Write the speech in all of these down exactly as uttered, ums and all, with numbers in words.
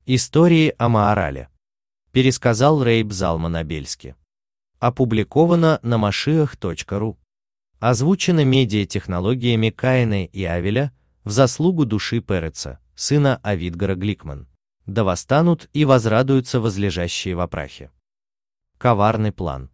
Истории о Маорале. Пересказал Рейб Залман Абельски. Опубликовано на машиах точка ру. Озвучено медиатехнологиями Каина и Авеля в заслугу души Переца, сына Авидгара Гликман. Да восстанут и возрадуются возлежащие во прахе. Коварный план.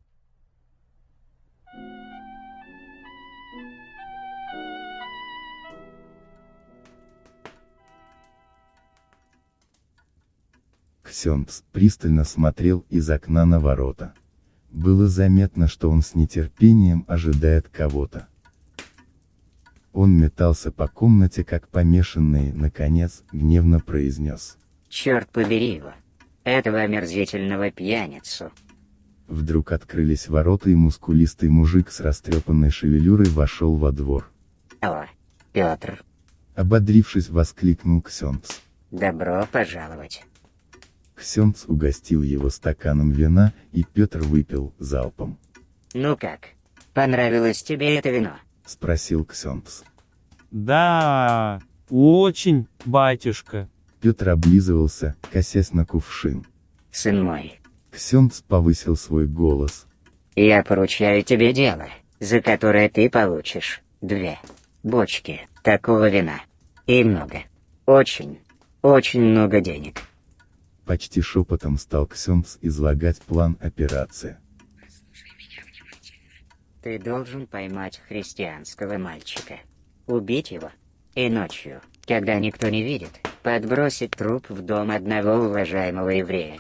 Ксенц пристально смотрел из окна на ворота. Было заметно, что он с нетерпением ожидает кого-то. Он метался по комнате как помешанный, наконец, гневно произнес: «Черт побери его! Этого омерзительного пьяницу!» Вдруг открылись ворота, и мускулистый мужик с растрепанной шевелюрой вошел во двор. «О, Петр!» Ободрившись, воскликнул Ксенц. «Добро пожаловать!» Ксенц угостил его стаканом вина, и Петр выпил залпом. «Ну как, понравилось тебе это вино?» — спросил Ксенц. «Да, очень, батюшка». Петр облизывался, косясь на кувшин. «Сын мой!» Ксенц повысил свой голос. «Я поручаю тебе дело, за которое ты получишь две бочки такого вина. И много, очень, очень много денег». Почти шепотом стал Ксенц излагать план операции. «Послушай меня внимательно. Ты должен поймать христианского мальчика, убить его, и ночью, когда никто не видит, подбросить труп в дом одного уважаемого еврея.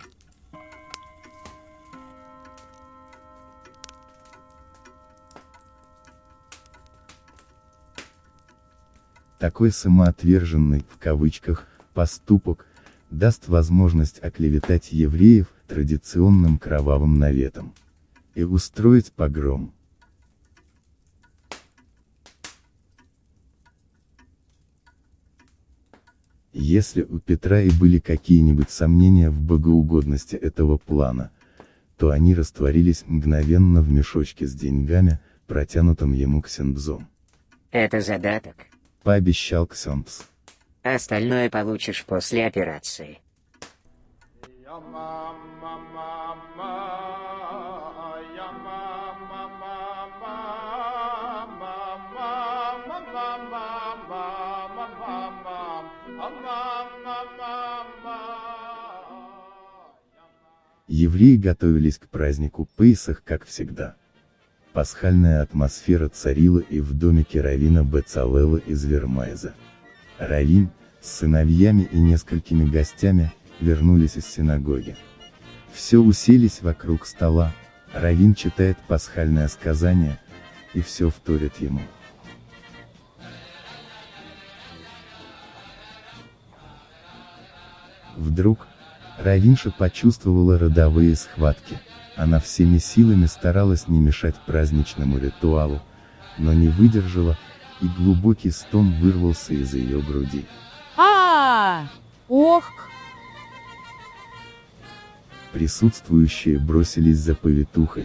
Такой самоотверженный, в кавычках, поступок даст возможность оклеветать евреев традиционным кровавым наветом и устроить погром. Если у Петра и были какие-нибудь сомнения в богоугодности этого плана, то они растворились мгновенно в мешочке с деньгами, протянутом ему Ксенцом. «Это задаток», — пообещал Ксенц. «Остальное получишь после операции». Евреи готовились к празднику Пейсах, как всегда. Пасхальная атмосфера царила и в домике раввина Бецалела из Вермайза. Раввин, с сыновьями и несколькими гостями, вернулись из синагоги. Все уселись вокруг стола, раввин читает пасхальное сказание, и все вторят ему. Вдруг, раввинша почувствовала родовые схватки. Она всеми силами старалась не мешать праздничному ритуалу, но не выдержала, и глубокий стон вырвался из ее груди. А, ох! Присутствующие бросились за повитухой.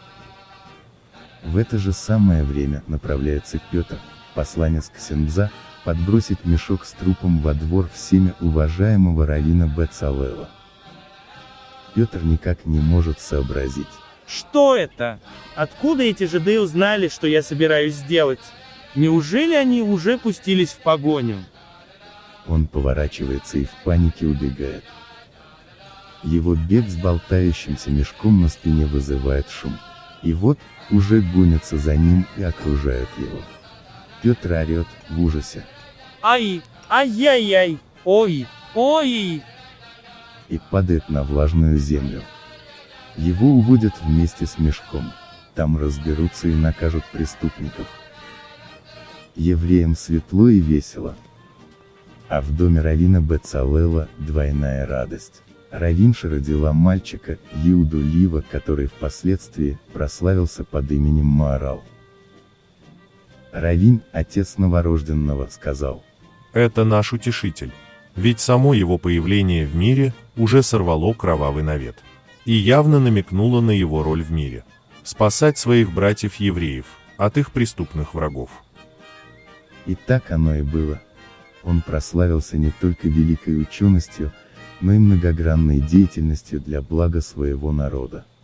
В это же самое время направляется Петр, посланец Ксенца, подбросить мешок с трупом во двор всеми уважаемого раввина Бецалела. Петр никак не может сообразить. Что это? Откуда эти жиды узнали, что я собираюсь сделать? Неужели они уже пустились в погоню? Он поворачивается и в панике убегает. Его бег с болтающимся мешком на спине вызывает шум. И вот, уже гонятся за ним и окружают его. Петр орет в ужасе. Ай, ай-яй-яй, ой, ой! И падает на влажную землю. Его уводят вместе с мешком. Там разберутся и накажут преступников. Евреям светло и весело. А в доме раввина Бецалела двойная радость. Раввинша родила мальчика, Иуду Лива, который впоследствии прославился под именем Маорал. Раввин, отец новорожденного, сказал: «Это наш утешитель. Ведь само его появление в мире уже сорвало кровавый навет. И явно намекнуло на его роль в мире. Спасать своих братьев-евреев от их преступных врагов». И так оно и было. Он прославился не только великой ученостью, но и многогранной деятельностью для блага своего народа.